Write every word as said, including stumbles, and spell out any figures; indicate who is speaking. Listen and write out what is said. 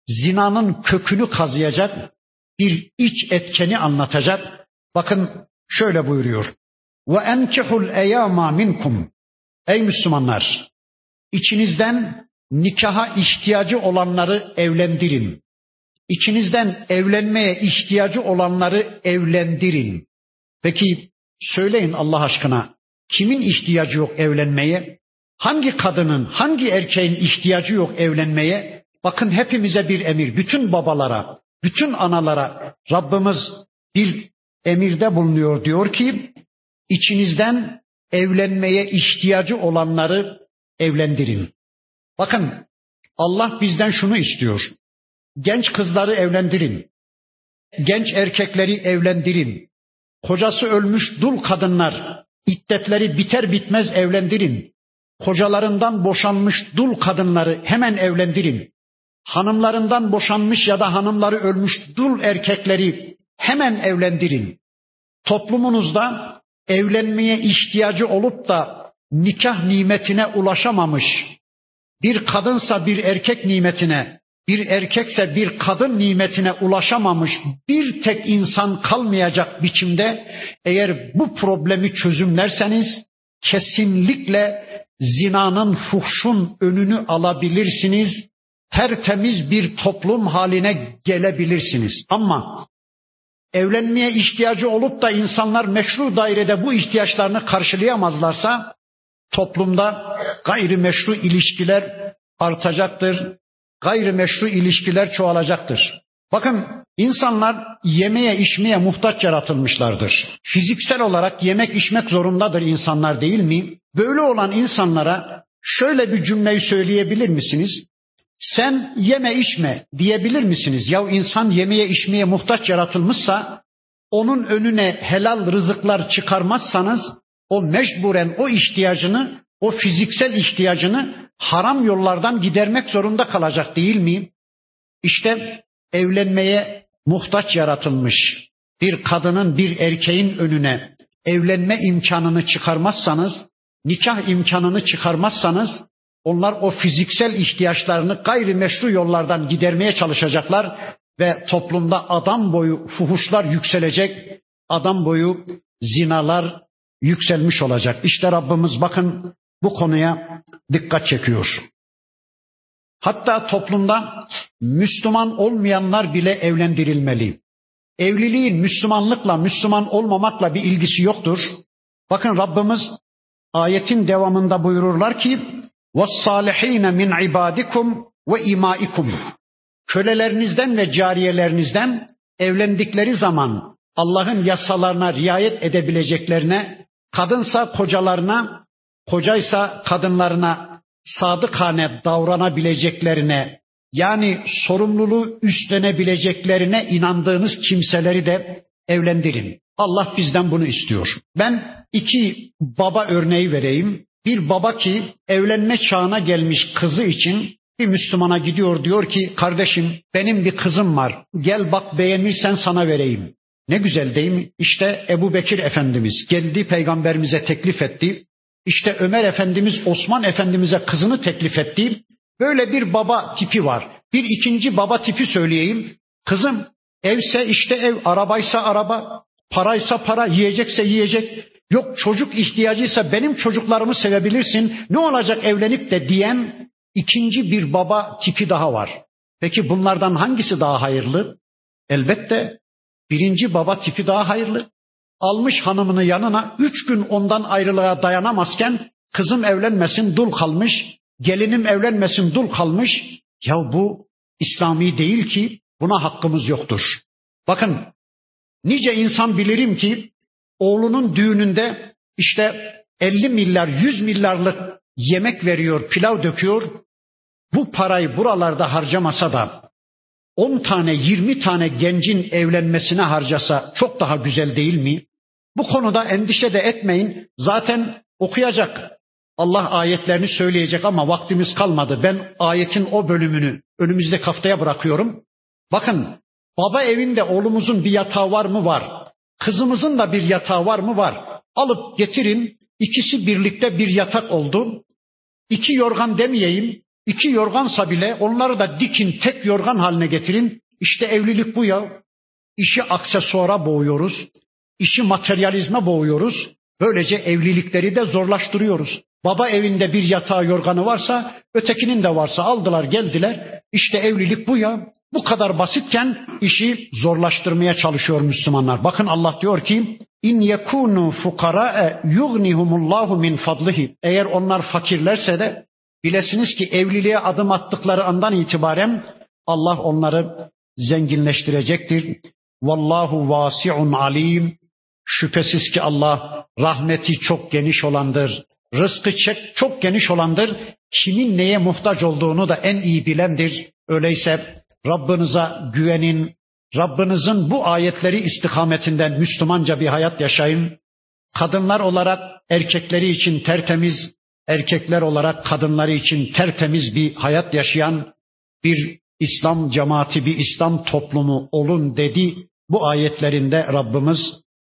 Speaker 1: zinanın kökünü kazıyacak bir iç etkeni anlatacak. Bakın şöyle buyuruyor. Ve enkihul eyama minkum. Ey Müslümanlar, içinizden nikaha ihtiyacı olanları evlendirin. İçinizden evlenmeye ihtiyacı olanları evlendirin. Peki söyleyin Allah aşkına, kimin ihtiyacı yok evlenmeye? Hangi kadının, hangi erkeğin ihtiyacı yok evlenmeye? Bakın hepimize bir emir, bütün babalara, bütün analara Rabbimiz bir emirde bulunuyor, diyor ki içinizden evlenmeye ihtiyacı olanları evlendirin. Bakın Allah bizden şunu istiyor. Genç kızları evlendirin. Genç erkekleri evlendirin. Kocası ölmüş dul kadınlar, iddetleri biter bitmez evlendirin. Kocalarından boşanmış dul kadınları hemen evlendirin. Hanımlarından boşanmış ya da hanımları ölmüş dul erkekleri hemen evlendirin. Toplumunuzda evlenmeye ihtiyacı olup da nikah nimetine ulaşamamış, bir kadınsa bir erkek nimetine, bir erkekse bir kadın nimetine ulaşamamış bir tek insan kalmayacak biçimde eğer bu problemi çözümlerseniz kesinlikle zinanın, fuhşun önünü alabilirsiniz. Tertemiz bir toplum haline gelebilirsiniz. Ama evlenmeye ihtiyacı olup da insanlar meşru dairede bu ihtiyaçlarını karşılayamazlarsa toplumda gayrimeşru ilişkiler artacaktır. Gayrimeşru ilişkiler çoğalacaktır. Bakın insanlar yemeye içmeye muhtaç yaratılmışlardır. Fiziksel olarak yemek içmek zorundadır insanlar, değil mi? Böyle olan insanlara şöyle bir cümleyi söyleyebilir misiniz? Sen yeme içme diyebilir misiniz? Ya insan yemeye içmeye muhtaç yaratılmışsa onun önüne helal rızıklar çıkarmazsanız o mecburen o ihtiyacını, o fiziksel ihtiyacını haram yollardan gidermek zorunda kalacak, değil mi? İşte evlenmeye muhtaç yaratılmış bir kadının bir erkeğin önüne evlenme imkanını çıkarmazsanız, nikah imkanını çıkarmazsanız onlar o fiziksel ihtiyaçlarını gayrimeşru yollardan gidermeye çalışacaklar ve toplumda adam boyu fuhuşlar yükselecek, adam boyu zinalar yükselmiş olacak. İşte Rabbimiz bakın bu konuya dikkat çekiyor. Hatta toplumda Müslüman olmayanlar bile evlendirilmeli. Evliliğin Müslümanlıkla, Müslüman olmamakla bir ilgisi yoktur. Bakın Rabbimiz ayetin devamında buyururlar ki وَالصَّالِح۪ينَ مِنْ عِبَادِكُمْ وَاِمَائِكُمْ. Kölelerinizden ve cariyelerinizden evlendikleri zaman Allah'ın yasalarına riayet edebileceklerine, kadınsa kocalarına, kocaysa kadınlarına sadıkane davranabileceklerine, yani sorumluluğu üstlenebileceklerine inandığınız kimseleri de evlendirin. Allah bizden bunu istiyor. Ben iki baba örneği vereyim. Bir baba ki evlenme çağına gelmiş kızı için bir Müslümana gidiyor, diyor ki kardeşim benim bir kızım var, gel bak beğenirsen sana vereyim. Ne güzel değil mi? İşte Ebu Bekir Efendimiz geldi peygamberimize teklif etti. İşte Ömer Efendimiz Osman Efendimiz'e kızını teklif etti. Böyle bir baba tipi var. Bir ikinci baba tipi söyleyeyim. Kızım evse işte ev, arabaysa araba, paraysa para, yiyecekse yiyecek. Yok çocuk ihtiyacıysa benim çocuklarımı sevebilirsin. Ne olacak evlenip de diyen ikinci bir baba tipi daha var. Peki bunlardan hangisi daha hayırlı? Elbette birinci baba tipi daha hayırlı. Almış hanımını yanına, üç gün ondan ayrılığa dayanamazken kızım evlenmesin dul kalmış, gelinim evlenmesin dul kalmış. Ya bu İslami değil ki, buna hakkımız yoktur. Bakın nice insan bilirim ki oğlunun düğününde işte elli milyar, yüz milyarlık yemek veriyor, pilav döküyor. Bu parayı buralarda harcamasa da on tane, yirmi tane gencin evlenmesine harcasa çok daha güzel değil mi? Bu konuda endişe de etmeyin. Zaten okuyacak. Allah ayetlerini söyleyecek ama vaktimiz kalmadı. Ben ayetin o bölümünü önümüzdeki haftaya bırakıyorum. Bakın baba evinde oğlumuzun bir yatağı var mı? Var. Kızımızın da bir yatağı var mı? Var. Alıp getirin. İkisi birlikte bir yatak oldu. İki yorgan demeyeyim. İki yorgansa bile onları da dikin, tek yorgan haline getirin. İşte evlilik bu ya. İşi aksesuara boğuyoruz. İşi materyalizme boğuyoruz. Böylece evlilikleri de zorlaştırıyoruz. Baba evinde bir yatağı yorganı varsa ötekinin de varsa aldılar geldiler. İşte evlilik bu ya. Bu kadar basitken işi zorlaştırmaya çalışıyor Müslümanlar. Bakın Allah diyor ki İn yekunu fukara'e yughnihumullahu min fadlihi. Eğer onlar fakirlerse de bilesiniz ki evliliğe adım attıkları andan itibaren Allah onları zenginleştirecektir. Vallahu vasi'un alim. Şüphesiz ki Allah rahmeti çok geniş olandır. Rızkı çok geniş olandır. Kimin neye muhtaç olduğunu da en iyi bilendir. Öyleyse Rabbinize güvenin. Rabbinizin bu ayetleri istikametinden Müslümanca bir hayat yaşayın. Kadınlar olarak erkekleri için tertemiz, erkekler olarak kadınları için tertemiz bir hayat yaşayan bir İslam cemaati, bir İslam toplumu olun dedi. Bu ayetlerinde Rabbimiz